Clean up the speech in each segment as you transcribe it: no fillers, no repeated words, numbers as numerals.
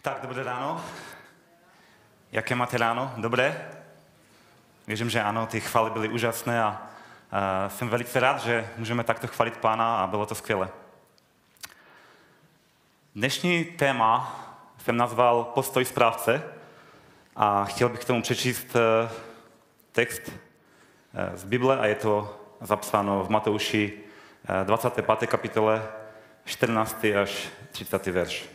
Tak, dobré ráno. Jaké máte ráno? Dobré? Věřím, že ano, ty chvály byly úžasné a jsem velice rád, že můžeme takto chválit Pána a bylo to skvělé. Dnešní téma jsem nazval Postoj správce a chtěl bych k tomu přečíst text z Bible a je to zapsáno v Matouši 25. kapitole 14. až 30. verš.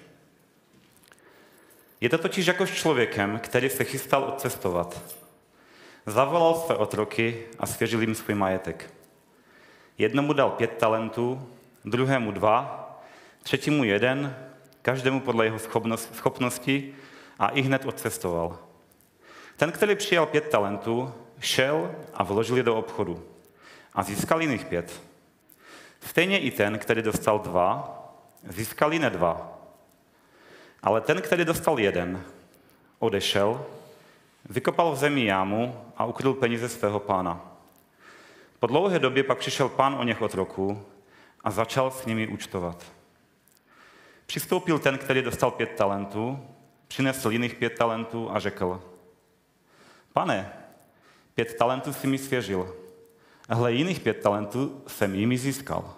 Je to totiž jako s člověkem, který se chystal odcestovat. Zavolal své otroky a svěřil jim svůj majetek. Jednomu dal 5 talentů, druhému 2, třetímu 1, každému podle jeho schopnosti a ihned odcestoval. Ten, který přijal 5 talentů, šel a vložil je do obchodu a získal jiných 5. Stejně i ten, který dostal 2, získal jiné 2. Ale ten, který dostal 1, odešel, vykopal v zemi jámu a ukryl peníze svého pána. Po dlouhé době pak přišel pán oněch otroků a začal s nimi účtovat. Přistoupil ten, který dostal 5 talentů, přinesl jiných 5 talentů a řekl: Pane, 5 talentů si mi svěřil, hle, jiných 5 talentů jsem jimi získal.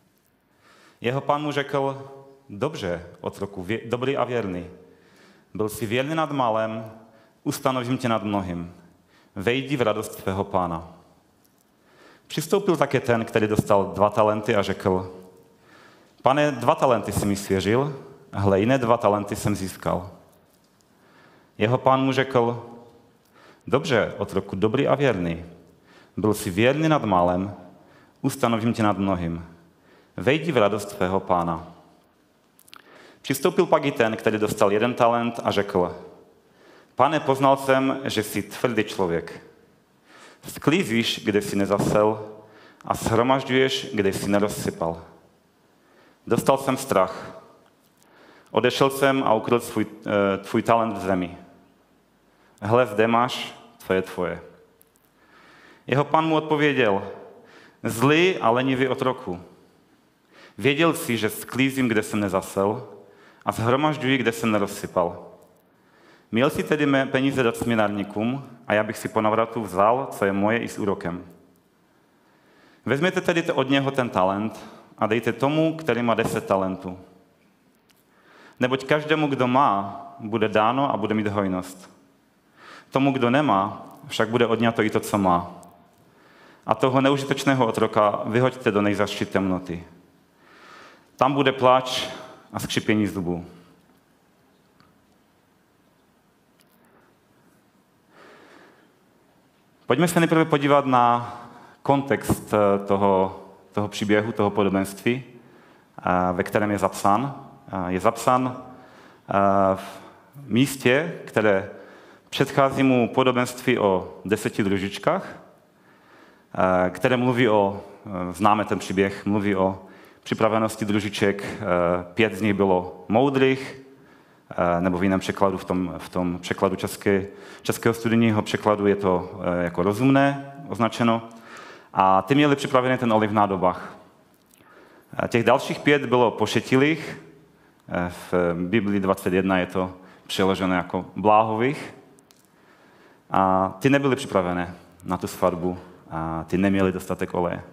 Jeho pán mu řekl: Dobře, otroku, dobrý a věrný. Byl jsi věrný nad malém, ustanovím tě nad mnohým. Vejdi v radost svého pána. Přistoupil také ten, který dostal 2 talenty a řekl: Pane, 2 talenty si mi svěřil, hle, jiné 2 talenty jsem získal. Jeho pán mu řekl: Dobře, otroku, dobrý a věrný. Byl jsi věrný nad malém, ustanovím tě nad mnohým. Vejdi v radost svého pána. Přistoupil pak i ten, který dostal 1 talent a řekl: Pane, poznal jsem, že jsi tvrdý člověk. Sklízíš, kde jsi nezasel a shromažďuješ, kde jsi nerozsypal. Dostal jsem strach. Odešel jsem a ukryl tvůj talent v zemi. Hle, zde máš, co je tvoje. Jeho pán mu odpověděl: Zlý a lenivý otroku. Věděl jsi, že sklízím, kde jsem nezasel a shromažďuji, kde jsem nerozsypal. Měl si tedy mé peníze dát směnárníkům a já bych si po navratu vzal, co je moje, i s úrokem. Vezměte tedy od něho ten talent a dejte tomu, který má 10 talentů. Neboť každému, kdo má, bude dáno a bude mít hojnost. Tomu, kdo nemá, však bude odňato i to, co má. A toho neužitečného otroka vyhoďte do nejzazší temnoty. Tam bude pláč a skřípění zubů. Pojďme se nejprve podívat na kontext toho příběhu, toho podobenství, ve kterém je zapsán. Je zapsán v místě, které předchází mu podobenství o 10 družičkách, které mluví známe ten příběh, mluví o připravenosti družiček. 5 z nich bylo moudrých, nebo v jiném překladu, v tom překladu českého studijního překladu je to jako rozumné označeno. A ty měli připravený ten oliv v nádobách. Těch dalších 5 bylo pošetilých, v Biblii 21 je to přeloženo jako bláhových. A ty nebyly připravené na tu svatbu a ty neměli dostatek oleje.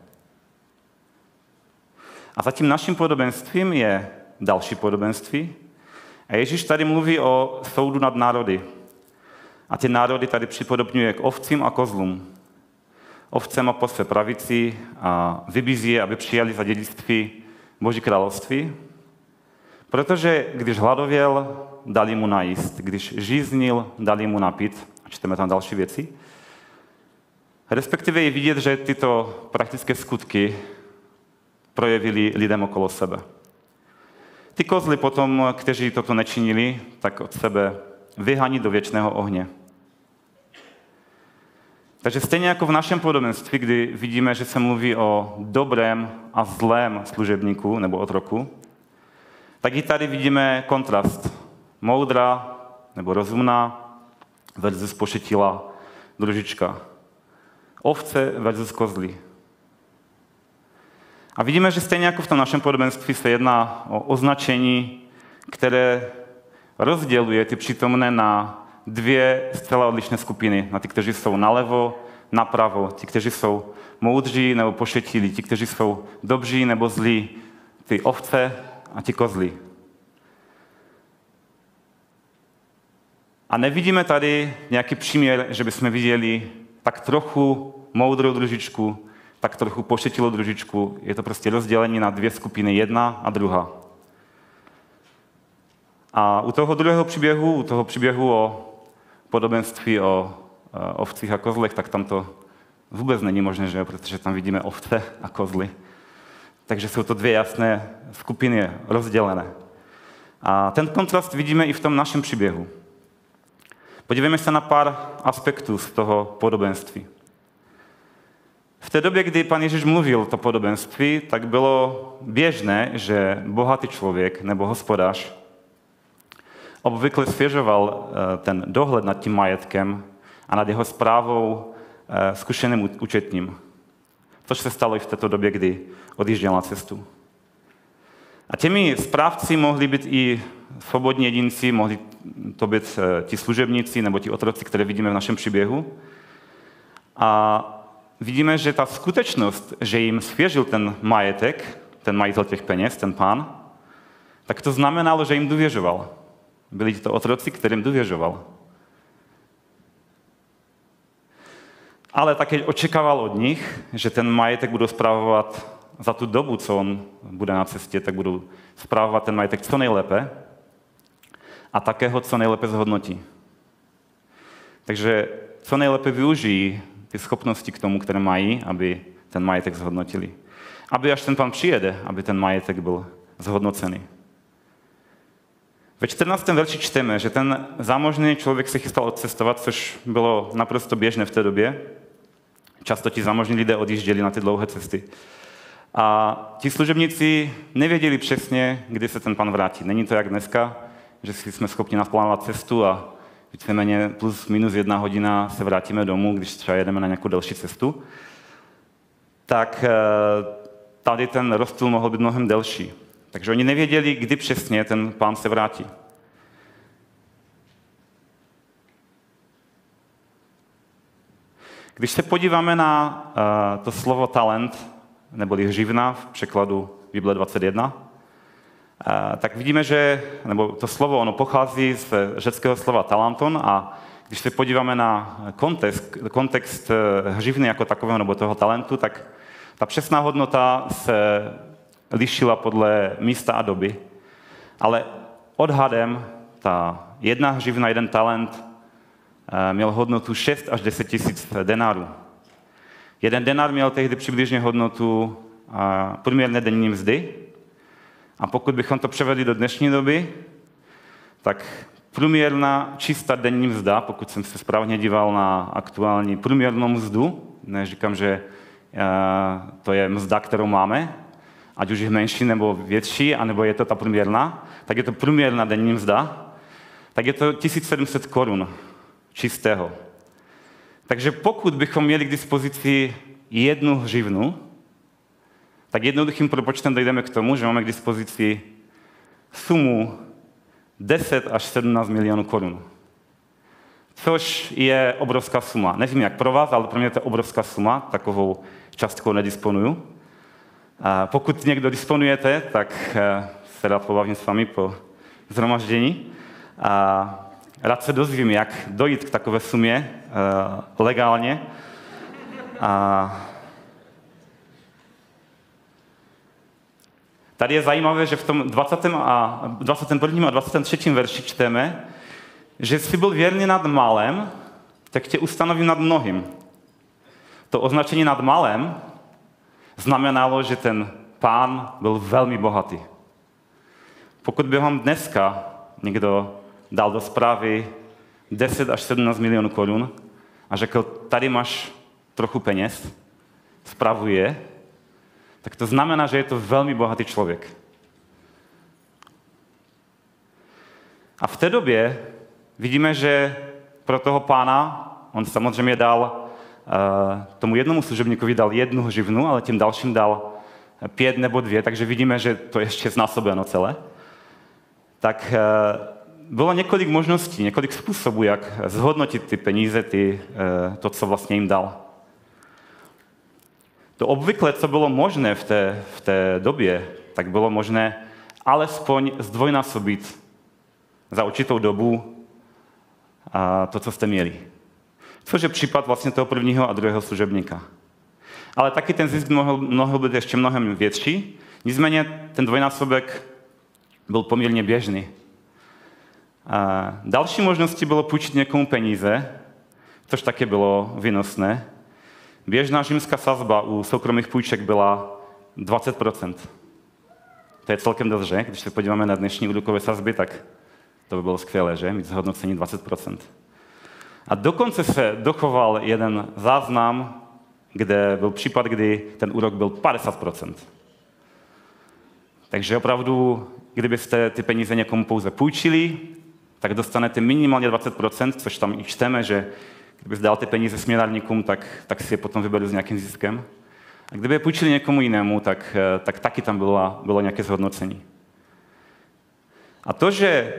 A za tím naším podobenstvím je další podobenství. A Ježíš tady mluví o soudu nad národy. A ty národy tady připodobňuje k ovcím a kozlům. Ovce má po své pravici a vybízí je, aby přijali za dědictví Boží království. Protože když hladověl, dali mu najíst. Když žíznil, dali mu napít. A čteme tam další věci. Respektive je vidět, že tyto praktické skutky projevili lidem okolo sebe. Ty kozly potom, kteří toto nečinili, tak od sebe vyhání do věčného ohně. Takže stejně jako v našem podobenství, kdy vidíme, že se mluví o dobrém a zlém služebníku nebo otroku, tak i tady vidíme kontrast. Moudrá nebo rozumná versus pošetilá družička. Ovce versus kozly. A vidíme, že stejně jako v tom našem podobenství se jedná o označení, které rozděluje ty přítomné na dvě zcela odlišné skupiny. Na ty, kteří jsou nalevo, napravo, ti, kteří jsou moudří nebo pošetilí, ti, kteří jsou dobří nebo zlí, ty ovce a ti kozly. A nevidíme tady nějaký příměr, že bychom viděli tak trochu moudrou družičku, tak trochu pošetilou družičku. Je to prostě rozdělení na dvě skupiny, jedna a druhá. A u toho druhého příběhu, u toho příběhu o podobenství o ovcích a kozlech, tak tam to vůbec není možné, že? Protože tam vidíme ovce a kozly. Takže jsou to dvě jasné skupiny rozdělené. A ten kontrast vidíme i v tom našem příběhu. Podívejme se na pár aspektů z toho podobenství. V té době, kdy pan Ježíš mluvil to podobenství, tak bylo běžné, že bohatý člověk nebo hospodář obvykle svěřoval ten dohled nad tím majetkem a nad jeho správou zkušeným účetním. Což se stalo i v této době, kdy odjížděl na cestu. A těmi správci mohli být i svobodní jedinci, mohli to být ti služebníci nebo ti otroci, které vidíme v našem příběhu. A vidíme, že ta skutečnost, že jim svěřil ten majetek, ten majitel těch peněz, ten pán, tak to znamenalo, že jim důvěřoval. Byli to otroci, kterým důvěřoval. Ale také očekával od nich, že ten majetek budou spravovat za tu dobu, co on bude na cestě, tak budou spravovat ten majetek co nejlépe a také ho co nejlépe zhodnotí. Takže co nejlépe využijí ty schopnosti k tomu, které mají, aby ten majetek zhodnotili. Aby až ten pán přijede, aby ten majetek byl zhodnocený. Ve 14. verši čteme, že ten zámožný člověk se chystal odcestovat, což bylo naprosto běžné v té době. Často ti zámožní lidé odjížděli na ty dlouhé cesty. A ti služebníci nevěděli přesně, kdy se ten pán vrátí. Není to jak dneska, že si jsme schopni naplánovat cestu a víceméně plus minus 1 hodina se vrátíme domů, když třeba jedeme na nějakou delší cestu. Tak tady ten rozptyl mohl být mnohem delší. Takže oni nevěděli, kdy přesně ten pán se vrátí. Když se podíváme na to slovo talent, neboli hřivna v překladu Bible 21, tak vidíme, že nebo to slovo ono pochází z řeckého slova talanton a když se podíváme na kontext hřivny jako takového nebo toho talentu, tak ta přesná hodnota se lišila podle místa a doby, ale odhadem ta jedna hřivna, jeden talent měl hodnotu 6 až 10 tisíc denárů. Jeden denár měl tehdy přibližně hodnotu průměrné denní mzdy a pokud bychom to převedli do dnešní doby, tak průměrná čistá denní mzda, pokud jsem se správně díval na aktuální průměrnou mzdu, neříkám, že to je mzda, kterou máme, ať už je menší nebo větší, anebo je to ta průměrná, tak je to průměrná denní mzda, tak je to 1700 korun čistého. Takže pokud bychom měli k dispozici jednu hřivnu, tak jednoduchým propočtem dojdeme k tomu, že máme k dispozici sumu 10 až 17 milionů korun. Což je obrovská suma. Nevím, jak pro vás, ale pro mě to je obrovská suma, takovou částkou nedisponuju. Pokud někdo disponujete, tak se rád pobavím s vámi po shromaždění. Rád se dozvím, jak dojít k takové sumě legálně. Tady je zajímavé, že v tom 21. a 23. verši čteme, že jsi byl věrný nad malem, tak tě ustanovím nad mnohým. To označení nad malem znamenalo, že ten pán byl velmi bohatý. Pokud by vám dneska někdo dal do správy 10 až 17 milionů korun a řekl, tady máš trochu peněz, spravuj je, tak to znamená, že je to velmi bohatý člověk. A v té době vidíme, že pro toho pána, on samozřejmě dal tomu jednomu služebníkovi dal 1 hřivnu, ale tím dalším dal 5 nebo 2, takže vidíme, že to ještě znásobeno celé. Tak bylo několik možností, několik způsobů, jak zhodnotit ty peníze, to, co vlastně jim dal. To obvykle, co bylo možné v té době, tak bylo možné alespoň zdvojnásobit za určitou dobu to, co jste měli. Což je případ vlastně toho prvního a druhého služebníka. Ale taky ten zisk mohl být ještě mnohem větší, nicméně ten dvojnásobek byl poměrně běžný. Další možností bylo půjčit někomu peníze, což taky bylo výnosné. Běžná římská sazba u soukromých půjček byla 20%. To je celkem dost, že? Když se podíváme na dnešní úrokové sazby, tak to by bylo skvělé, že? Mít zhodnocení 20%. A dokonce se dochoval jeden záznam, kde byl případ, kdy ten úrok byl 50%. Takže opravdu, kdybyste ty peníze někomu pouze půjčili, tak dostanete minimálně 20%, což tam i čteme, že kdybyste dal ty peníze směnárníkům, tak si je potom vyberu s nějakým ziskem. A kdyby je půjčili někomu jinému, tak taky tam bylo nějaké zhodnocení. A to, že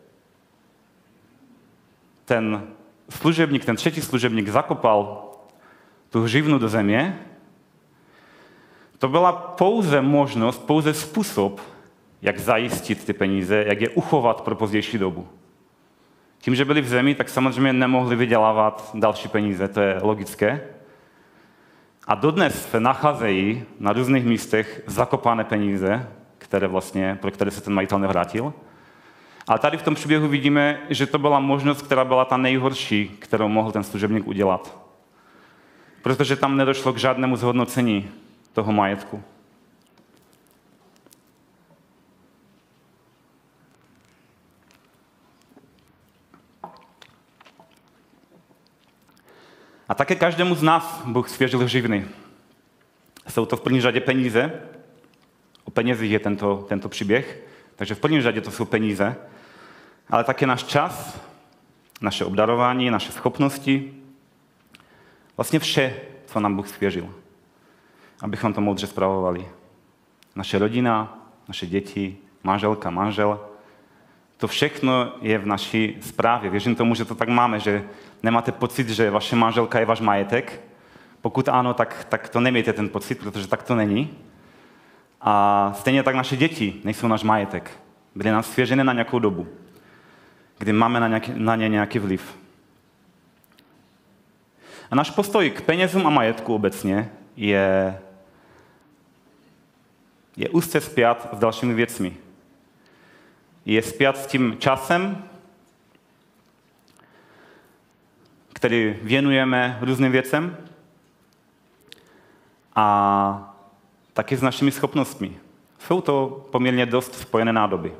ten třetí služebník zakopal tu hřivnu do země, to byla pouze možnost, pouze způsob, jak zajistit ty peníze, jak je uchovat pro pozdější dobu. Tím, že byli v zemi, tak samozřejmě nemohli vydělávat další peníze, to je logické. A dodnes se nacházejí na různých místech zakopané peníze, pro které se ten majitel nevrátil. Ale tady v tom příběhu vidíme, že to byla možnost, která byla ta nejhorší, kterou mohl ten služebník udělat. Protože tam nedošlo k žádnému zhodnocení toho majetku. A také každému z nás Bůh svěřil hřivny. Jsou to v první řadě peníze. O penězích je tento příběh. Takže v první řadě to jsou peníze. Ale také náš čas, naše obdarování, naše schopnosti. Vlastně vše, co nám Bůh svěřil. Abychom to moudře spravovali. Naše rodina, naše děti, manželka, manžel. To všechno je v naší správě. Věřím tomu, že to tak máme, že nemáte pocit, že vaše manželka je váš majetek. Pokud ano, tak to nemějte ten pocit, protože tak to není. A stejně tak naše děti nejsou náš majetek. Byly nám svěřeny na nějakou dobu, kdy máme na ně nějaký vliv. A náš postoj k penězům a majetku obecně je úzce spjat s dalšími věcmi. Je spjat s tím časem, který věnujeme různým věcem, a taky s našimi schopnostmi. Jsou to poměrně dost spojené nádoby.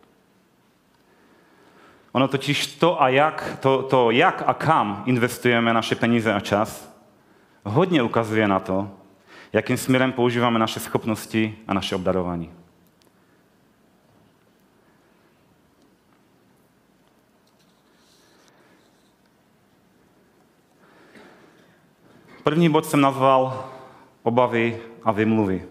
Ono totiž to, jak a kam investujeme naše peníze a čas, hodně ukazuje na to, jakým směrem používáme naše schopnosti a naše obdarování. První bod jsem nazval obavy a vymluvy.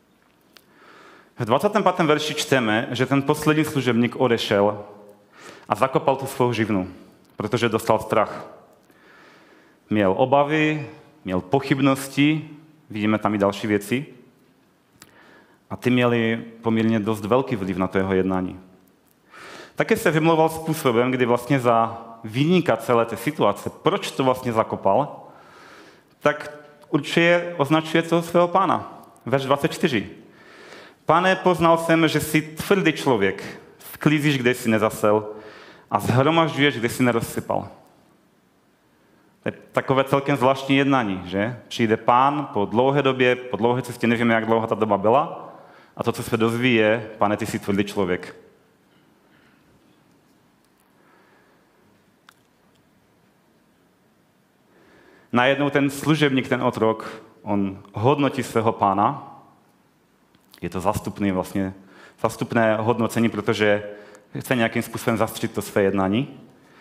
V 25. verši čteme, že ten poslední služebník odešel a zakopal tu svou živnu, protože dostal strach. Měl obavy, měl pochybnosti, vidíme tam i další věci, a ty měly poměrně dost velký vliv na to jeho jednání. Také se vymlouval způsobem, kdy vlastně za viníka celé té situace, proč to vlastně zakopal, tak určitě označuje toho svého pána. Verš 24. Pane, poznal jsem, že jsi tvrdý člověk, sklízíš, kde jsi nezasel, a shromažďuješ, kde jsi nerozsypal. To je takové celkem zvláštní jednání, že? Přijde pán po dlouhé době, po dlouhé cestě, nevíme, jak dlouho ta doba byla, a to, co se dozví, je, pane, ty jsi tvrdý člověk. Najednou ten služebník, ten otrok, on hodnotí svého pána. Je to zastupné hodnocení, protože chce nějakým způsobem zastřit to své jednání.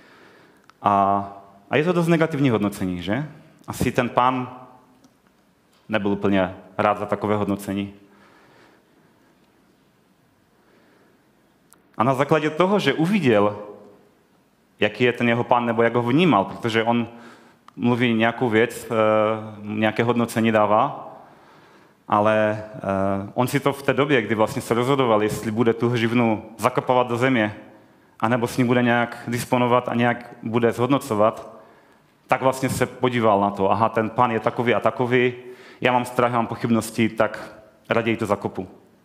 A je to dost negativní hodnocení, že? Asi ten pán nebyl úplně rád za takové hodnocení. A na základě toho, že uviděl, jaký je ten jeho pán, nebo jak ho vnímal, protože on mluví nějakou věc, nějaké hodnocení dává, ale on si to v té době, kdy vlastně se rozhodoval, jestli bude tu hřivnu zakopávat do země, anebo s ní bude nějak disponovat a nějak bude zhodnocovat, tak vlastně se podíval na to, aha, ten pán je takový a takový, já mám strach, mám pochybnosti, tak raději to zakopu.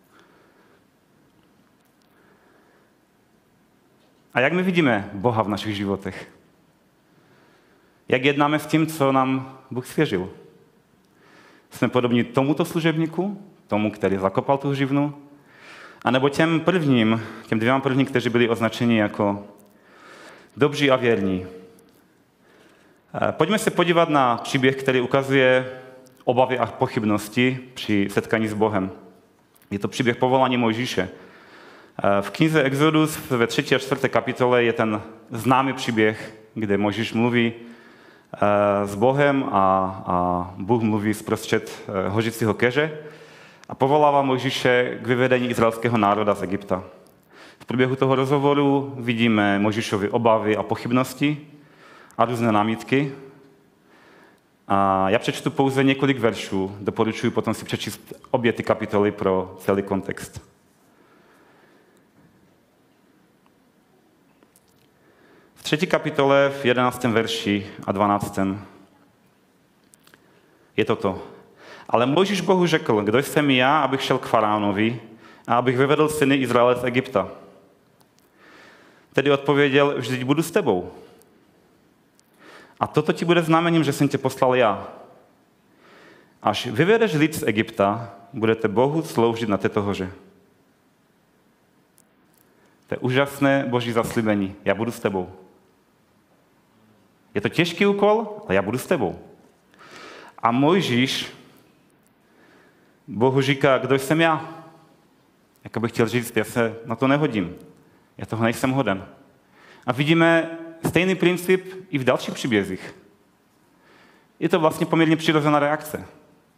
A jak my vidíme Boha v našich životech? Jak jednáme s tím, co nám Bůh svěřil? Jsme podobní tomuto služebníku, tomu, který zakopal tu hřivnu, anebo těm dvěma prvním, kteří byli označeni jako dobří a věrní. Pojďme se podívat na příběh, který ukazuje obavy a pochybnosti při setkání s Bohem. Je to příběh povolání Mojžíše. V knize Exodus ve 3. a 4. kapitole je ten známý příběh, kde Mojžíš mluví s Bohem a Bůh mluví zprostřed hořícího keře a povolává Mojžíše k vyvedení izraelského národa z Egypta. V průběhu toho rozhovoru vidíme Mojžíšovy obavy a pochybnosti a různé námitky. A já přečtu pouze několik veršů, doporučuji potom si přečíst obě ty kapitoly pro celý kontext. V 3. kapitole v 11. verši a 12. je toto. Ale Mojžíš Bohu řekl, kdo jsem já, abych šel k faraonovi a abych vyvedl syny Izraele z Egypta. Tedy odpověděl, vždyť budu s tebou. A toto ti bude znamením, že jsem tě poslal já. Až vyvedeš lid z Egypta, budete Bohu sloužit na této hoře. To je úžasné Boží zaslíbení. Já budu s tebou. Je to těžký úkol, ale já budu s tebou. A Mojžíš Bohu říká, kdo jsem já? Jak bych chtěl říct, já se na to nehodím. Já toho nejsem hoden. A vidíme stejný princip i v dalších příbězích. Je to vlastně poměrně přirozená reakce.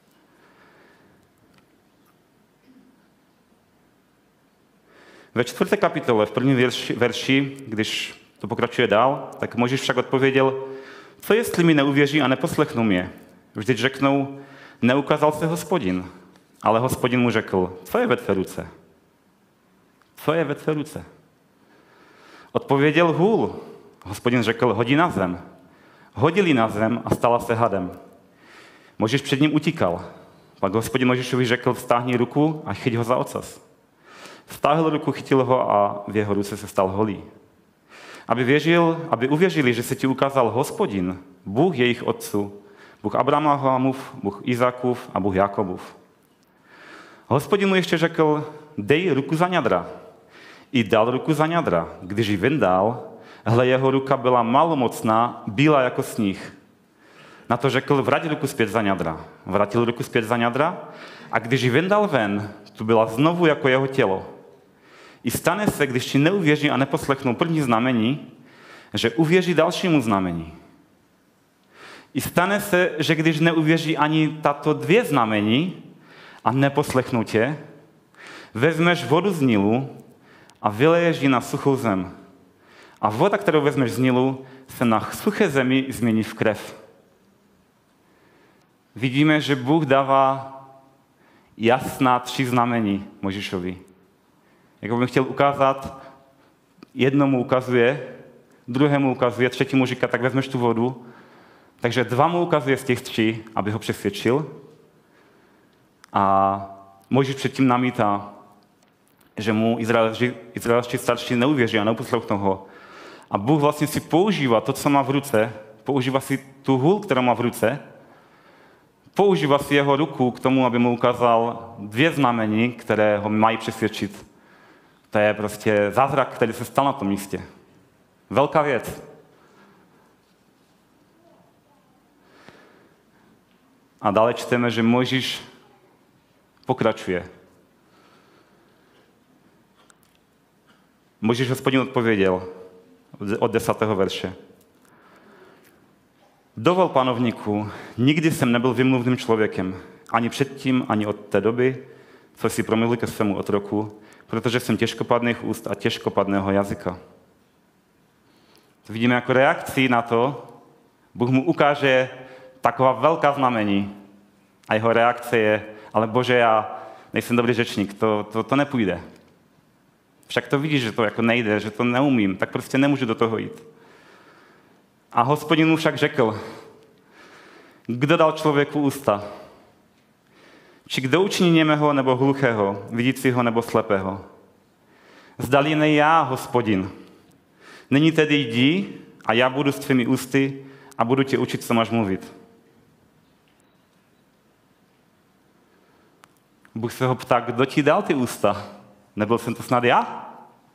Ve 4. kapitole, v 1. verši, když to pokračuje dál, tak Mojžíš však odpověděl, co jestli mi neuvěří a neposlechnou mě? Vždyť řeknou, neukázal se Hospodin. Ale Hospodin mu řekl, co je ve tvé ruce? Co je ve tvé ruce? Odpověděl hůl. Hospodin řekl, hodí na zem. Hodili na zem a stala se hadem. Mojžíš před ním utíkal. Pak Hospodin Mojžíšovi řekl, vztáhni ruku a chyť ho za ocas. Vztáhl ruku, chytil ho a v jeho ruce se stal holý. Aby uvěřili, že se ti ukázal Hospodin, Bůh jejich otců, Bůh Abrahamův, Bůh Izákův a Bůh Jakobův. Hospodin mu ještě řekl, dej ruku za ňadra. I dal ruku za ňadra. Když ji vyndal, hle, jeho ruka byla malomocná, bílá jako sníh. Na to řekl, vrať ruku zpět za ňadra. Vrátil ruku zpět za ňadra a když ji vyndal ven, tu byla znovu jako jeho tělo. I stane se, když ti neuvěří a neposlechnou první znamení, že uvěří dalšímu znamení. I stane se, že když neuvěří ani tato 2 znamení a neposlechnou tě, vezmeš vodu z Nilu a vyleješ ji na suchou zem. A voda, kterou vezmeš z Nilu, se na suché zemi změní v krev. Vidíme, že Bůh dává jasná 3 znamení Mojžíšovi. Jak bych chtěl ukázat, jednomu ukazuje, druhému ukazuje, třetímu říká, tak vezmeš tu vodu. Takže 2 mu ukazuje z těch 3, aby ho přesvědčil. A Mojžíš předtím namítá, že mu izraelští starší neuvěří a neposlouchnou ho. A Bůh vlastně si používá to, co má v ruce, používá si tu hůl, kterou má v ruce, používá si jeho ruku k tomu, aby mu ukázal 2 znamení, které ho mají přesvědčit. To je prostě zázrak, který se stal na tom místě. Velká věc. A dále čteme, že Mojžíš pokračuje. Mojžíš Hospodin odpověděl od 10. verše. Dovol, panovníku, nikdy jsem nebyl vymluvným člověkem, ani předtím, ani od té doby, co si promluvil ke svému otroku, protože jsem těžkopadných úst a těžkopadného jazyka. vidíme jako reakci na to, Bůh mu ukáže taková velká znamení a jeho reakce je, ale Bože, já nejsem dobrý řečník, to nepůjde. Však to vidíš, že to jako nejde, že to neumím, tak prostě nemůžu do toho jít. A Hospodin mu však řekl, kdo dal člověku ústa? Či kdo učiní němého nebo hluchého, vidícího nebo slepého? Zdali ne já, Hospodin. Nyní tedy jdi a já budu s tvými ústy a budu tě učit, co máš mluvit. Bůh se ho ptá, kdo ti dal ty ústa? Nebyl jsem to snad já?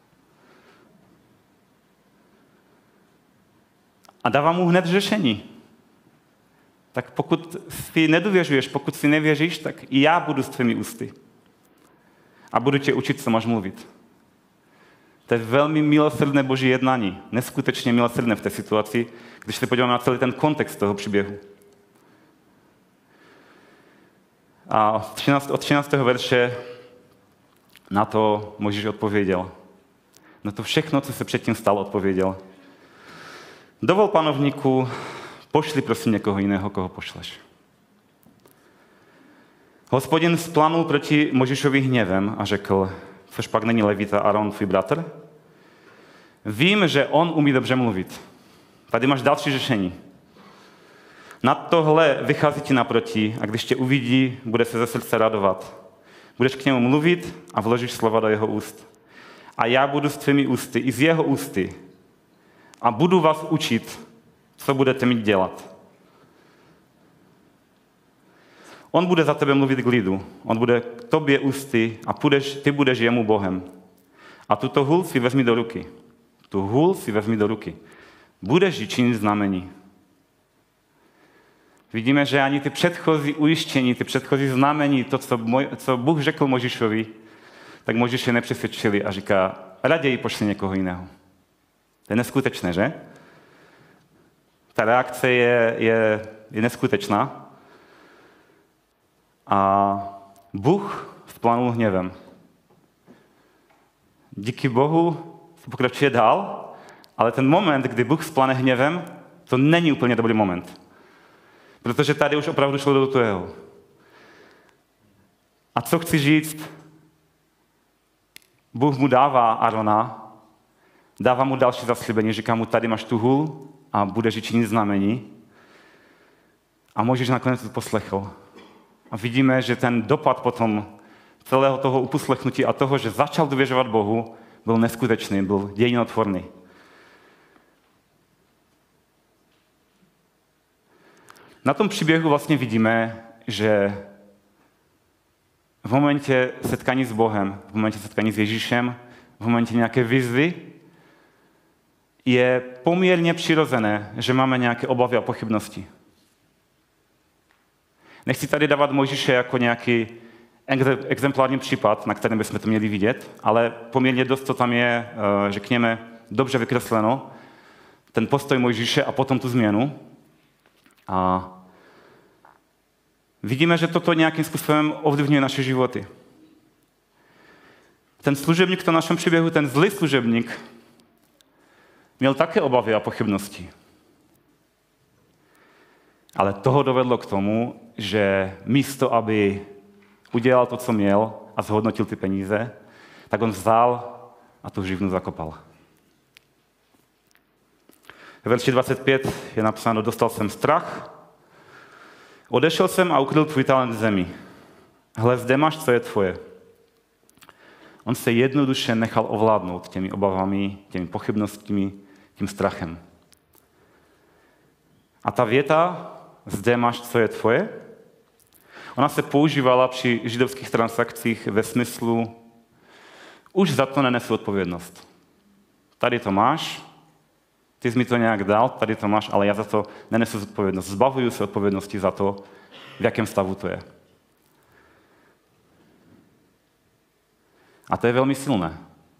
A dává mu hned řešení. Tak pokud si nedůvěřuješ, pokud si nevěříš, tak i já budu s tvými ústy. A budu tě učit, co máš mluvit. To je velmi milosrdné Boží jednání. Neskutečně milosrdné v té situaci, když se podíváme na celý ten kontext toho příběhu. A od 13. verše na to Mojžíš odpověděl. Na to všechno, co se předtím stalo, odpověděl. Dovol, panovníku, pošli prosím někoho jiného, koho pošleš. Hospodin vzplanul proti Mojžíšovi hněvem a řekl, což pak není Levita Aaron, tvůj bratr? Vím, že on umí dobře mluvit. Tady máš další řešení. Na tohle vychází ti naproti a když tě uvidí, bude se ze srdce radovat. Budeš k němu mluvit a vložíš slova do jeho úst. A já budu s tvými ústy, i z jeho ústy. A budu vás učit, co budete mít dělat. On bude za tebe mluvit k lidu. On bude k tobě ústy a ty budeš jemu Bohem. A tuto hůl si vezmi do ruky. Tu hůl si vezmi do ruky. Budeš jí činit znamení. Vidíme, že ani ty předchozí ujištění, ty předchozí znamení, to, co Bůh řekl Mojžíšovi, tak Mojžíše nepřesvědčili a říká, raději pošli někoho jiného. To je neskutečné, že? Ta reakce je neskutečná. A Bůh vzplanul hněvem. Díky Bohu se pokračuje dál, ale ten moment, kdy Bůh vzplane hněvem, to není úplně dobrý moment. Protože tady už opravdu šlo do toho. A co chci říct? Bůh mu dává Arona, dává mu další zaslíbení, říká mu, tady máš tu hůl a budeš činit znamení. A Mojžíš nakonec to poslechl. A vidíme, že ten dopad potom celého toho uposlechnutí a toho, že začal důvěřovat Bohu, byl neskutečný, byl dějinotvorný. Na tom příběhu vlastně vidíme, že v momentě setkání s Bohem, v momentě setkání s Ježíšem, v momentě nějaké výzvy, je poměrně přirozené, že máme nějaké obavy a pochybnosti. Nechci tady dávat Mojžíše jako nějaký exemplární případ, na kterém bychom to měli vidět, ale poměrně dost to tam je, řekněme, dobře vykresleno, ten postoj Mojžíše a potom tu změnu. A vidíme, že toto nějakým způsobem ovlivňuje naše životy. Ten služebník v tom našem příběhu, ten zlý služebník, měl také obavy a pochybnosti. Ale toho dovedlo k tomu, že místo, aby udělal to, co měl a zhodnotil ty peníze, tak on vzal a tu živnu zakopal. V verši 25 je napsáno, dostal jsem strach, odešel jsem a ukryl tvůj talent v zemi. Hle, zde máš, co je tvoje. On se jednoduše nechal ovládnout těmi obavami, těmi pochybnostmi, tím strachem. A ta věta, zde máš, co je tvoje, ona se používala při židovských transakcích ve smyslu, už za to nenesu odpovědnost. Tady to máš, ty jsi mi to nějak dal, tady to máš, ale já za to nenesu odpovědnost. Zbavuju se odpovědnosti za to, v jakém stavu to je. A to je velmi silné.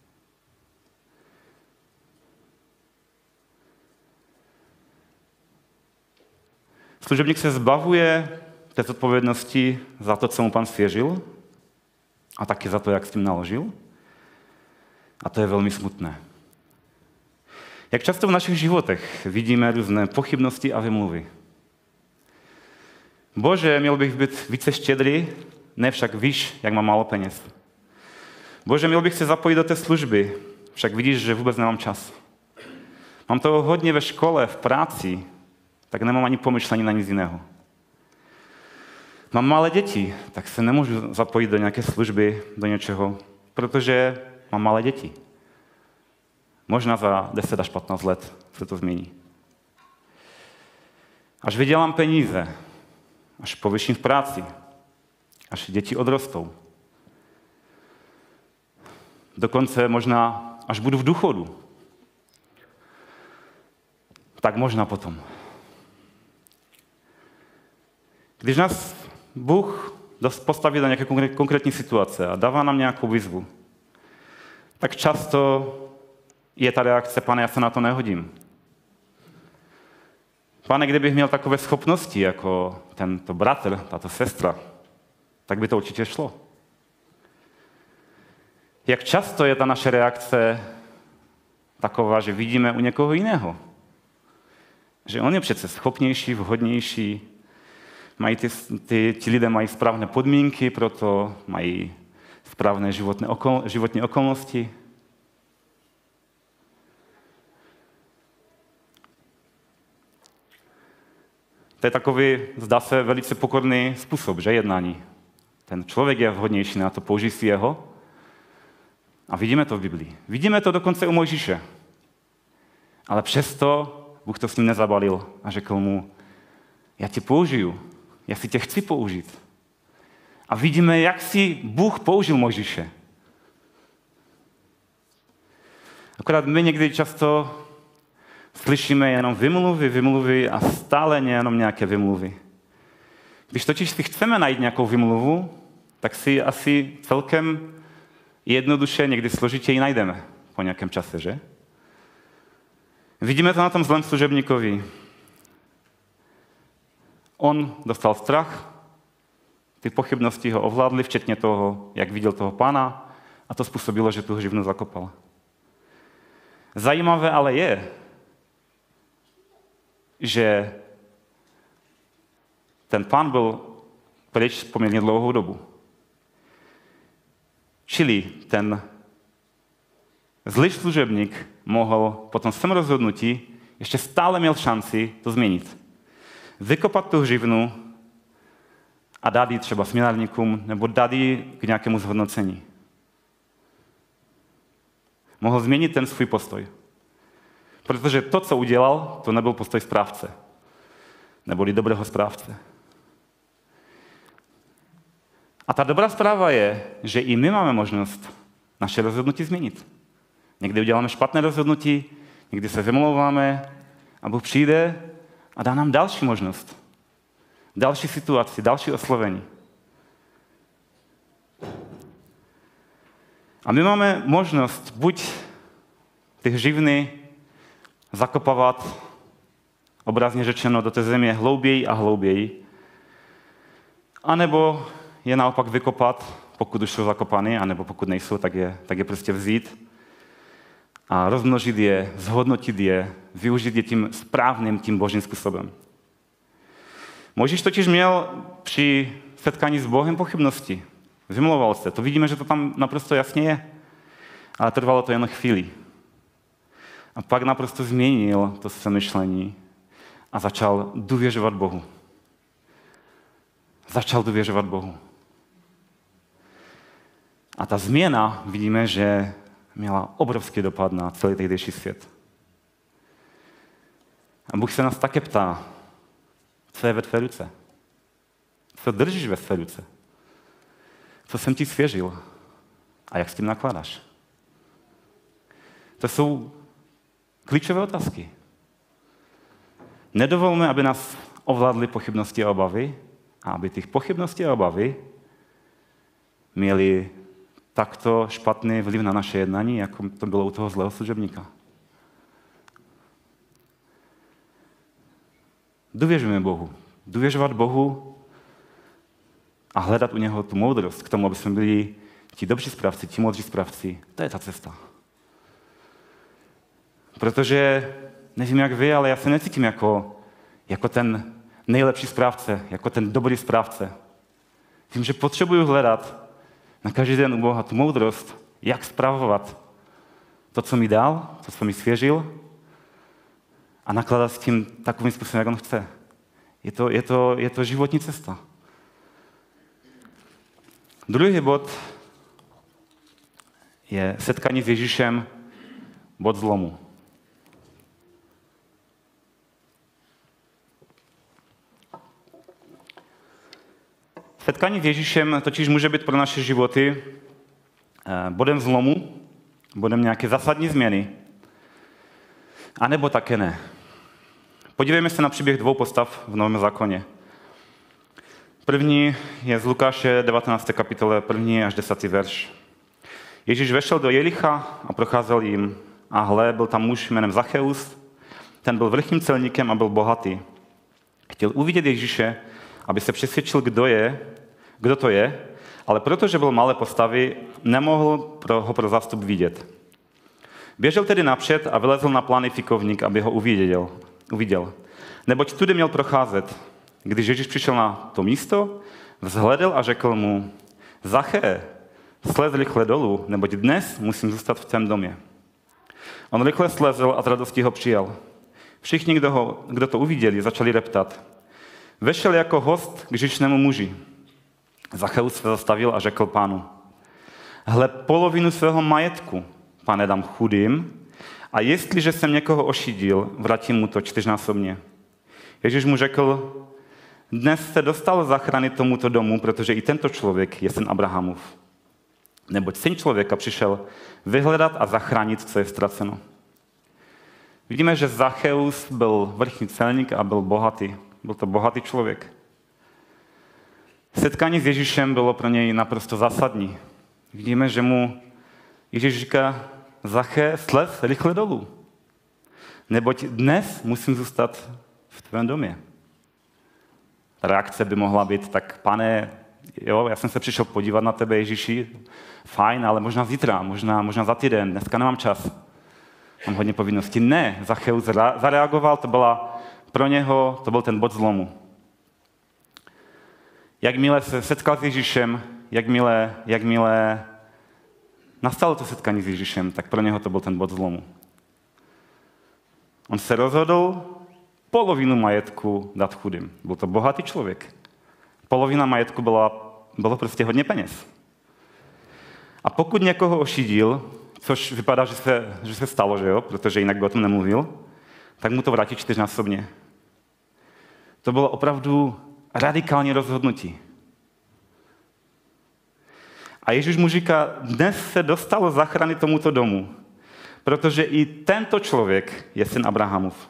Služebník se zbavuje té odpovědnosti za to, co mu Pán svěřil a taky za to, jak s tím naložil. A to je velmi smutné. Jak často v našich životech vidíme různé pochybnosti a vymluvy. Bože, měl bych být více štědrý, ne však víš, jak mám málo peněz. Bože, měl bych se zapojit do té služby, však vidíš, že vůbec nemám čas. Mám toho hodně ve škole, v práci, tak nemám ani pomyšlení na nic jiného. Mám malé děti, tak se nemůžu zapojit do nějaké služby, do něčeho, protože mám malé děti. Možná za 10 až 15 let se to změní. Až vydělám peníze, až povyším v práci, až děti odrostou. Dokonce možná, až budu v důchodu. Tak možná potom. Když nás Bůh postaví do nějaké konkrétní situace a dává nám nějakou výzvu, tak často je ta reakce, Pane, já se na to nehodím. Pane, kdybych měl takové schopnosti jako tento bratr, tato sestra, tak by to určitě šlo. Jak často je ta naše reakce taková, že vidíme u někoho jiného. Že on je přece schopnější, vhodnější, ti lidé mají správné podmínky pro to, mají správné životní okolnosti. To je takový, zdá se, velice pokorný způsob, že jednání. Ten člověk je vhodnější na to, použij si jeho. A vidíme to v Biblii. Vidíme to dokonce u Mojžíše. Ale přesto Bůh to s ním nezabalil a řekl mu, já tě použiju, já si tě chci použít. A vidíme, jak si Bůh použil Mojžíše. Akorát my někdy často slyšíme jenom vymluvy a stále jenom nějaké vymluvy. Když totiž si chceme najít nějakou vymluvu, tak si asi celkem jednoduše, někdy složitěji najdeme po nějakém čase, že? Vidíme to na tom zlém služebníkovi. On dostal strach, ty pochybnosti ho ovládly, včetně toho, jak viděl toho pána, a to způsobilo, že tu hřivnu zakopal. Zajímavé ale je, že ten pán byl pryč poměrně dlouhou dobu. Čili ten zlý služebník mohl po tom svém rozhodnutí ještě stále měl šanci to změnit. Vykopat tu hřivnu a dát ji třeba směnárníkům nebo dát ji k nějakému zhodnocení. Mohl změnit ten svůj postoj. Protože to, co udělal, to nebyl postoj správce. Neboli dobrého správce. A ta dobrá zpráva je, že i my máme možnost naše rozhodnutí změnit. Někdy uděláme špatné rozhodnutí, někdy se vymlouváme a Bůh přijde a dá nám další možnost. Další situaci, další oslovení. A my máme možnost buď ty hřivny zakopávat, obrazně řečeno, do té země hlouběji a hlouběji, anebo je naopak vykopat, pokud už jsou zakopané, anebo pokud nejsou, tak je prostě vzít a rozmnožit je, zhodnotit je, využít je tím správným, tím božím způsobem. Mojžíš totiž měl při setkání s Bohem pochybnosti. Vymlouval se. To vidíme, že to tam naprosto jasně je. Ale trvalo to jen chvíli. A pak naprosto změnil to své myšlení a začal důvěřovat Bohu. Začal důvěřovat Bohu. A ta změna, vidíme, že měla obrovský dopad na celý tehdejší svět. A Bůh se nás také ptá, co je ve tvé ruce? Co držíš ve své ruce? Co jsem ti svěřil? A jak s tím nakládáš? To jsou klíčové otázky. Nedovolme, aby nás ovládly pochybnosti a obavy a aby těch pochybností a obavy měly takto špatný vliv na naše jednání, jako to bylo u toho zlého služebníka. Důvěřujeme Bohu. Důvěřovat Bohu a hledat u něho tu moudrost k tomu, aby jsme byli ti dobří správci, ti moudří správci. To je ta cesta. Protože, nevím jak vy, ale já se necítím jako ten nejlepší správce, jako ten dobrý správce. Vím, že potřebuju hledat na každý den u Boha tu moudrost, jak spravovat to, co mi dal, to, co mi svěřil a nakládat s tím takovým způsobem, jak on chce. Je to životní cesta. Druhý bod je setkání s Ježíšem, bod zlomu. Setkání s Ježíšem totiž může být pro naše životy bodem zlomu, bodem nějaké zásadní změny, anebo také ne. Podívejme se na příběh dvou postav v Novém zákoně. První je z Lukáše 19. kapitole, 1. až 10. verš. Ježíš vešel do Jericha a procházel jim. A hle, byl tam muž jménem Zacheus, ten byl vrchním celníkem a byl bohatý. Chtěl uvidět Ježíše, aby se přesvědčil, kdo to je, ale protože byl malé postavy, nemohl ho pro zástup vidět. Běžel tedy napřed a vylezl na plány fikovník, aby ho uviděl. Neboť tudy měl procházet. Když Ježíš přišel na to místo, vzhledl a řekl mu, Zaché, slez rychle dolů, neboť dnes musím zůstat v tvém domě. On rychle slezl a s radostí ho přijal. Všichni, kdo to uviděli, začali reptat. Vešel jako host k žičnému muži. Zacheus se zastavil a řekl pánu, hle, polovinu svého majetku, pane, dám chudým, a jestliže jsem někoho ošidil, vrátím mu to 4násobně. Ježíš mu řekl, dnes se dostal záchrany tomuto domu, protože i tento člověk je syn Abrahamův. Neboť syn člověka přišel vyhledat a zachránit, co je ztraceno. Vidíme, že Zacheus byl vrchní celník a byl bohatý. Byl to bohatý člověk. Setkání s Ježíšem bylo pro něj naprosto zásadní. Vidíme, že mu Ježíš říká, Zaché, slez rychle dolů. Neboť dnes musím zůstat v tvém domě. Reakce by mohla být, tak pane, jo, já jsem se přišel podívat na tebe, Ježíši, fajn, ale možná zítra, možná za týden, dneska nemám čas. Mám hodně povinností. Ne, Zacheus zareagoval, pro něho to byl ten bod zlomu. Jakmile se setkal s Ježíšem, jakmile nastalo to setkání s Ježíšem, tak pro něho to byl ten bod zlomu. On se rozhodl polovinu majetku dát chudým. Byl to bohatý člověk. Polovina majetku bylo prostě hodně peněz. A pokud někoho ošidil, což vypadá, že se stalo, že jo, protože jinak by o tom nemluvil, tak mu to vrátí 4násobně. To bylo opravdu radikální rozhodnutí. A Ježíš mu říká, dnes se dostalo záchrany tomuto domu, protože i tento člověk je syn Abrahamův.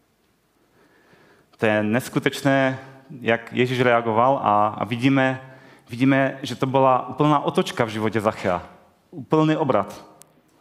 To je neskutečné, jak Ježíš reagoval a vidíme, že to byla úplná otočka v životě Zachea. Úplný obrat.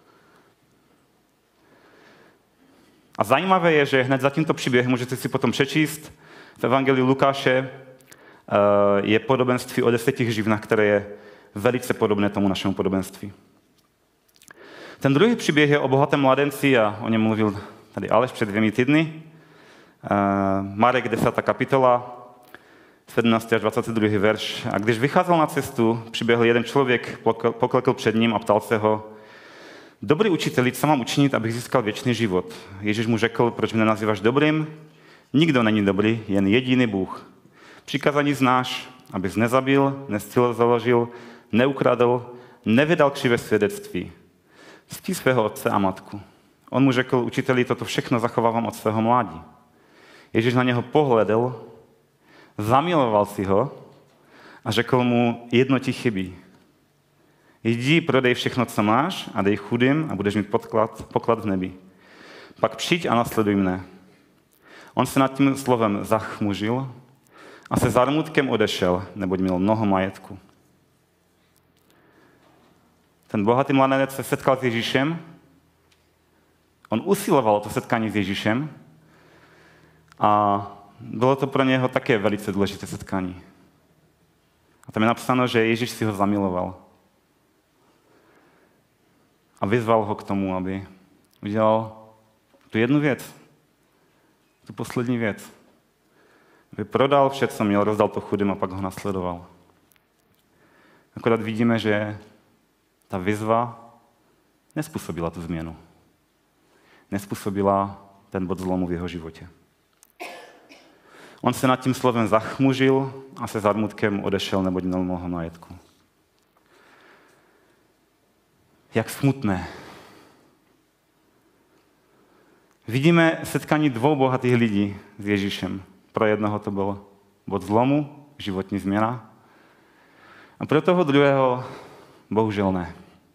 A zajímavé je, že hned za tímto příběhem můžete si potom přečíst v Evangeliu Lukáše je podobenství o 10 hřivnách, které je velice podobné tomu našemu podobenství. Ten druhý příběh je o bohatém mladenci a o něm mluvil tady Aleš před 2 týdny. Marek 10. kapitola, 17. až 22. verš. A když vycházel na cestu, přiběhl jeden člověk, poklekl před ním a ptal se ho, dobrý učiteli, co mám učinit, abych získal věčný život? Ježíš mu řekl, proč mě nazýváš dobrým? Nikdo není dobrý, jen jediný Bůh. Přikázání znáš, abys nezabil, nezaložil, neukradl, nevydal křivé svědectví. Ctí svého otce a matku. On mu řekl, učiteli, toto všechno zachovávám od svého mládí. Ježíš na něho pohledl, zamiloval si ho a řekl mu, jedno ti chybí. Jdi, prodej všechno, co máš a dej chudým a budeš mít poklad v nebi. Pak přijď a nasleduj mne. On se nad tím slovem zachmužil a se zármutkem odešel, neboť měl mnoho majetku. Ten bohatý mladenec se setkal s Ježíšem, on usiloval o to setkání s Ježíšem a bylo to pro něho také velice důležité setkání. A tam je napsáno, že Ježíš si ho zamiloval. A vyzval ho k tomu, aby udělal Tu jednu věc. Tu poslední věc. Aby prodal vše, co měl, rozdal to chudým a pak ho nasledoval. Akorát vidíme, že ta výzva nezpůsobila tu změnu. Nezpůsobila ten bod zlomu v jeho životě. On se nad tím slovem zachmužil a se zármutkem odešel, neboť měl mnoho majetku. Jak smutné. Vidíme setkání dvou bohatých lidí s Ježíšem. Pro jednoho to byl bod zlomu, životní změna. A pro toho druhého bohužel ne.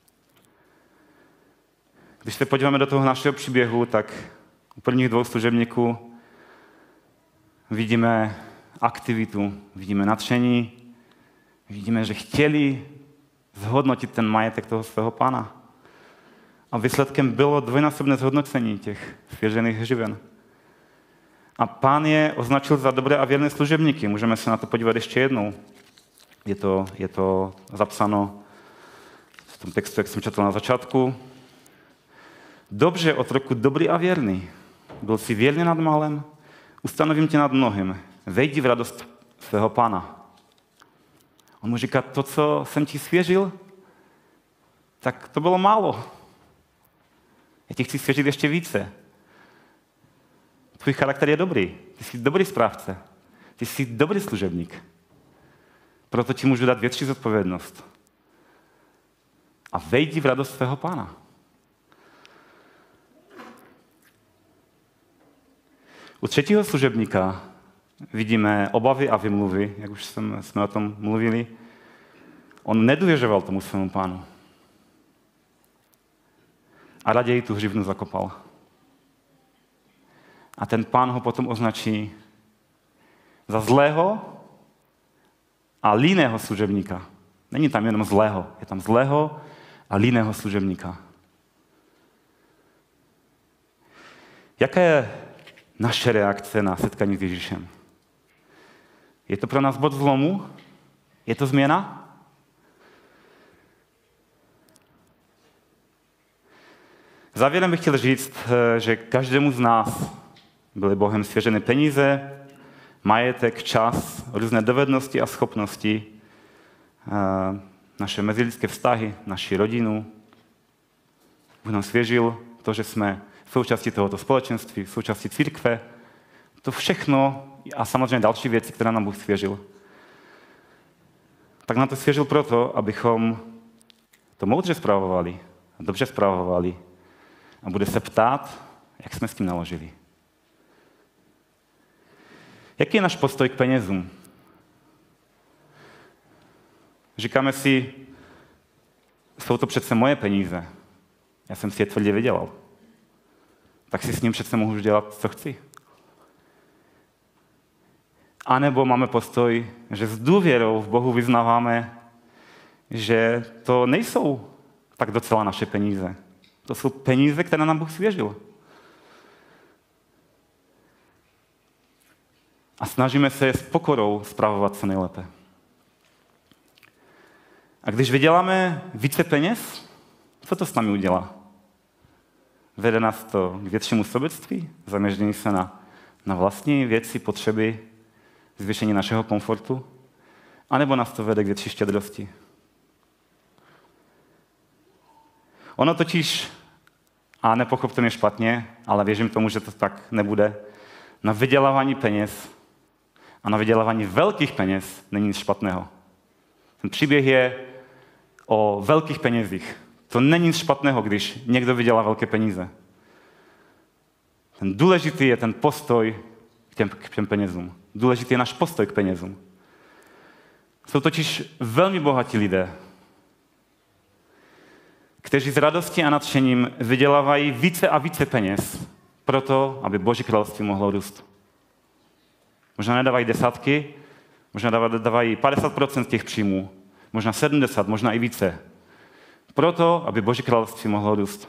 Když se podíváme do toho našeho příběhu, tak u prvních dvou služebníků vidíme aktivitu, vidíme nadšení, vidíme, že chtěli zhodnotit ten majetek toho svého pána. A výsledkem bylo dvojnásobné zhodnocení těch svěřených hřiven. A pán je označil za dobré a věrné služebníky. Můžeme se na to podívat ještě jednou. Je to zapsáno v tom textu, jak jsem četl na začátku. Dobře, otroku, dobrý a věrný. Byl jsi věrný nad malem, ustanovím tě nad mnohým. Vejdi v radost svého pána. On mu říká, to, co jsem ti svěřil, tak to bylo málo. Já ti chci svěřit ještě více. Tvůj charakter je dobrý. Ty jsi dobrý správce. Ty jsi dobrý služebník. Proto ti můžu dát větší zodpovědnost. A vejdi v radost svého pána. U třetího služebníka vidíme obavy a vymluvy, jak už jsme o tom mluvili. On nedůvěřoval tomu svému pánu. A raději tu hřivnu zakopal. A ten pán ho potom označí za zlého a líného služebníka. Není tam jenom zlého, je tam zlého a líného služebníka. Jaká je naše reakce na setkání s Ježíšem? Je to pro nás bod zlomu? Je to změna? Závěrem bych chtěl říct, že každému z nás byly Bohem svěřeny peníze, majetek, čas, různé dovednosti a schopnosti, naše mezilidské vztahy, naši rodinu. Bůh nám svěřil to, že jsme součástí tohoto společenství, součástí církve. To všechno a samozřejmě další věci, které nám Bůh svěřil. Tak nám to svěřil proto, abychom to moudře spravovali, dobře spravovali a bude se ptát, jak jsme s tím naložili. Jaký je náš postoj k penězům? Říkáme si, jsou to přece moje peníze. Já jsem si je tvrdě vydělal. Tak si s ním přece mohu dělat, co chci. A nebo máme postoj, že s důvěrou v Bohu vyznáváme, že to nejsou tak docela naše peníze. To jsou peníze, které nám Bůh svěřil. A snažíme se je s pokorou spravovat co nejlépe. A když vyděláme více peněz, co to s námi udělá? Vede nás to k většímu sobectví, zaměření se na vlastní věci, potřeby, zvýšení našeho komfortu, anebo nás to vede k větší štědrosti. Ono totiž, a nepochopte mě špatně, ale věřím tomu, že to tak nebude, na vydělávání peněz a na vydělávání velkých peněz není nic špatného. Ten příběh je o velkých penězích. To není nic špatného, když někdo vydělá velké peníze. Ten důležitý je ten postoj k těm penězům. Důležitý je náš postoj k penězům. Jsou totiž velmi bohatí lidé, kteří s radostí a nadšením vydělávají více a více peněz proto, aby Boží království mohlo růst. Možná nedávají desátky, možná dávají 50% těch příjmů, možná 70, možná i více. Proto, aby Boží království mohlo růst.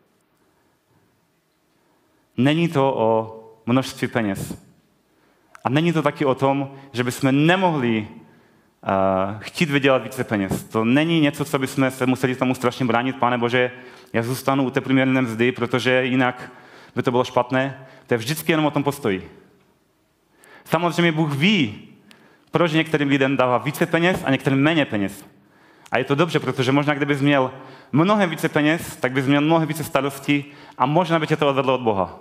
Není to o množství peněz. A není to taky o tom, že bychom nemohli chtít vydělat více peněz. To není něco, co bychom se museli tomu strašně bránit. Pane Bože, já zůstanu u té průměrné mzdy, protože jinak by to bylo špatné, to je vždycky jenom o tom postoji. Samozřejmě Bůh ví, proč některým lidem dává více peněz a některým méně peněz. A je to dobře, protože možná kdybys měl mnohem více peněz, tak bys měl mnohem více starostí a možná by tě to odvedlo od Boha.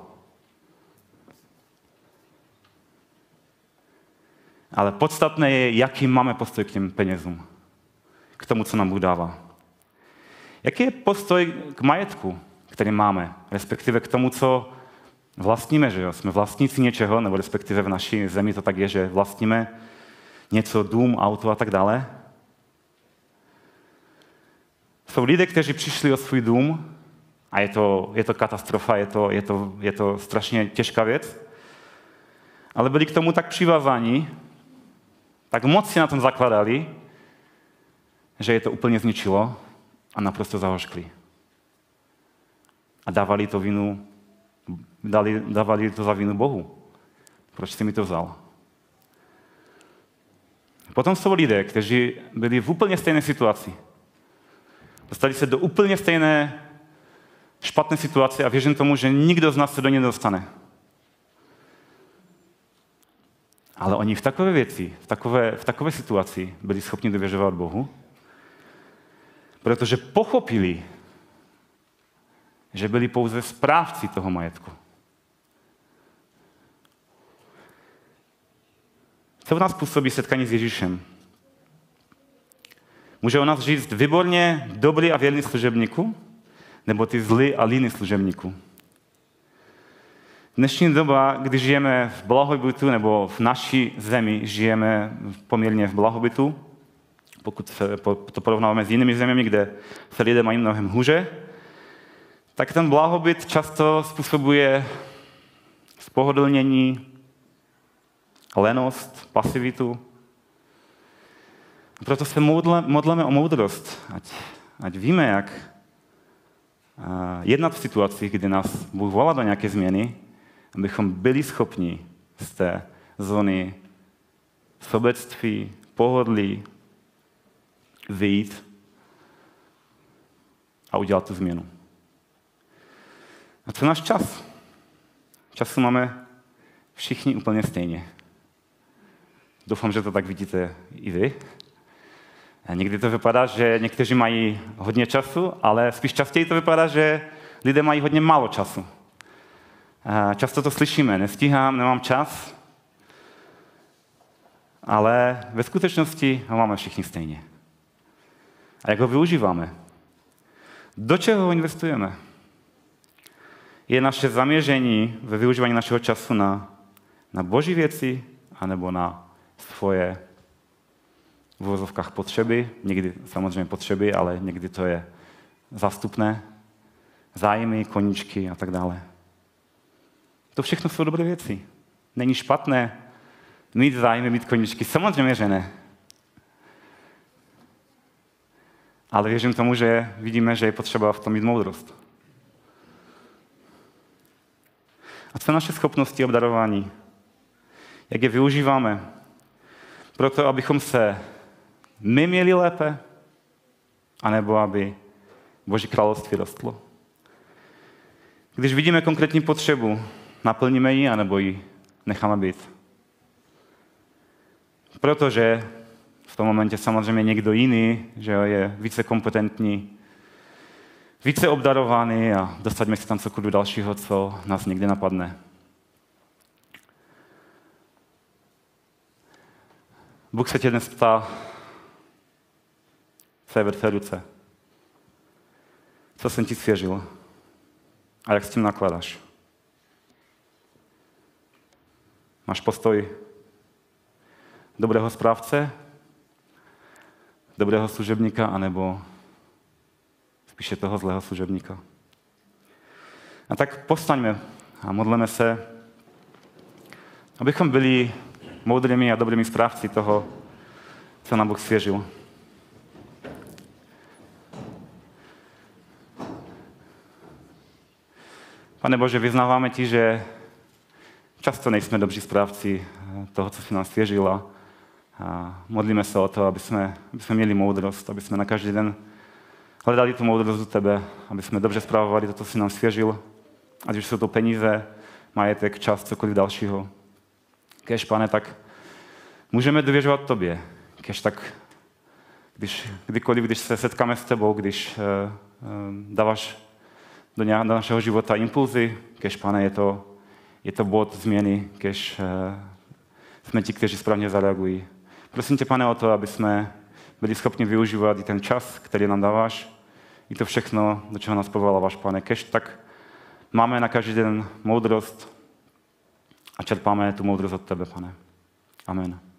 Ale podstatné je, jaký máme postoj k těm penězům. K tomu, co nám Bůh dává. Jaký je postoj k majetku, který máme, respektive k tomu, co vlastníme, že jo? Jsme vlastníci něčeho, nebo respektive v naší zemi to tak je, že vlastníme něco, dům, auto a tak dále. Jsou lidé, kteří přišli o svůj dům a je to katastrofa, je to strašně těžká věc, ale byli k tomu tak přivázáni, tak moc si na tom zakladali, že je to úplně zničilo a naprosto zahořkli. A dávali to za vinu Bohu. Proč jsi mi to vzal? Potom jsou lidé, kteří byli v úplně stejné situaci. Dostali se do úplně stejné špatné situace a věřím tomu, že nikdo z nás se do něj nedostane. Ale oni v takové věci, v takové situaci byli schopni důvěřovat Bohu, protože pochopili, že byli pouze správci toho majetku. Co v nás působí setkání s Ježíšem? Může o nás říct výborně dobrý a věrný služebníku, nebo ty zlý a líný služebníku? Dnešní doba, kdy žijeme v blahobytu, nebo v naší zemi žijeme poměrně v blahobytu, pokud to porovnáváme s jinými zeměmi, kde se lidé mají mnohem hůře, tak ten blahobyt často způsobuje spohodlnění, lenost, pasivitu. Proto se modleme o moudrost, ať víme, jak jednat v situacích, kdy nás Bůh volá do nějaké změny, abychom byli schopni z té zóny sobectví, pohodlí vyjít a udělat tu změnu. A co náš čas? Času máme všichni úplně stejně. Doufám, že to tak vidíte i vy. A někdy to vypadá, že někteří mají hodně času, ale spíš častěji to vypadá, že lidé mají hodně málo času. A často to slyšíme, nestíhám, nemám čas, ale ve skutečnosti ho máme všichni stejně. A jak ho využíváme? Do čeho ho investujeme? Je naše zaměření ve využívání našeho času na boží věci, anebo na svoje v uvozovkách potřeby, někdy samozřejmě potřeby, ale někdy to je zástupné, zájmy, koníčky a tak dále. To všechno jsou dobré věci. Není špatné mít zájmy, mít koníčky, samozřejmě, že ne. Ale věřím tomu, že vidíme, že je potřeba v tom mít moudrost. A co naše schopnosti obdarování? Jak je využíváme? Proto, abychom se my měli lépe, anebo aby Boží království rostlo. Když vidíme konkrétní potřebu, naplníme ji, anebo ji necháme být. Protože v tom momentě samozřejmě někdo jiný, že je více kompetentní, více obdarovaný a dostaňme si tam cokoliv dalšího, co nás někdy napadne. Bůh se tě dnes ptá, co je ve tvé ruce. Co jsem ti svěřil a jak s tím nakladáš. Máš postoj dobrého správce, dobrého služebníka, anebo spíše toho zlého služebníka. A tak povstaňme a modleme se, abychom byli moudrými a dobrými správci toho, co nám Bůh svěřil. Pane Bože, vyznáváme ti, že často nejsme dobří správci toho, co jsi nám svěřil a modlíme se o to, aby jsme měli moudrost, aby jsme na každý den hledali tu moudrost u tebe, aby jsme dobře správovali to, co jsi nám svěřil ať už jsou to peníze, majetek, čas, cokoliv dalšího. Kéž, Pane, tak můžeme důvěřovat tobě. Kéž tak, když se setkáme s tebou, když dáváš do našeho života impulzy, kéž, Pane, je to bod změny, kéž jsme ti, kteří správně zareagují. Prosím tě, Pane, o to, aby jsme byli schopni využívat i ten čas, který nám dáváš, i to všechno, do čeho nás povoláváš, Pane. Kéž tak máme na každý den moudrost a čerpáme tu moudrost od tebe, Pane. Amen.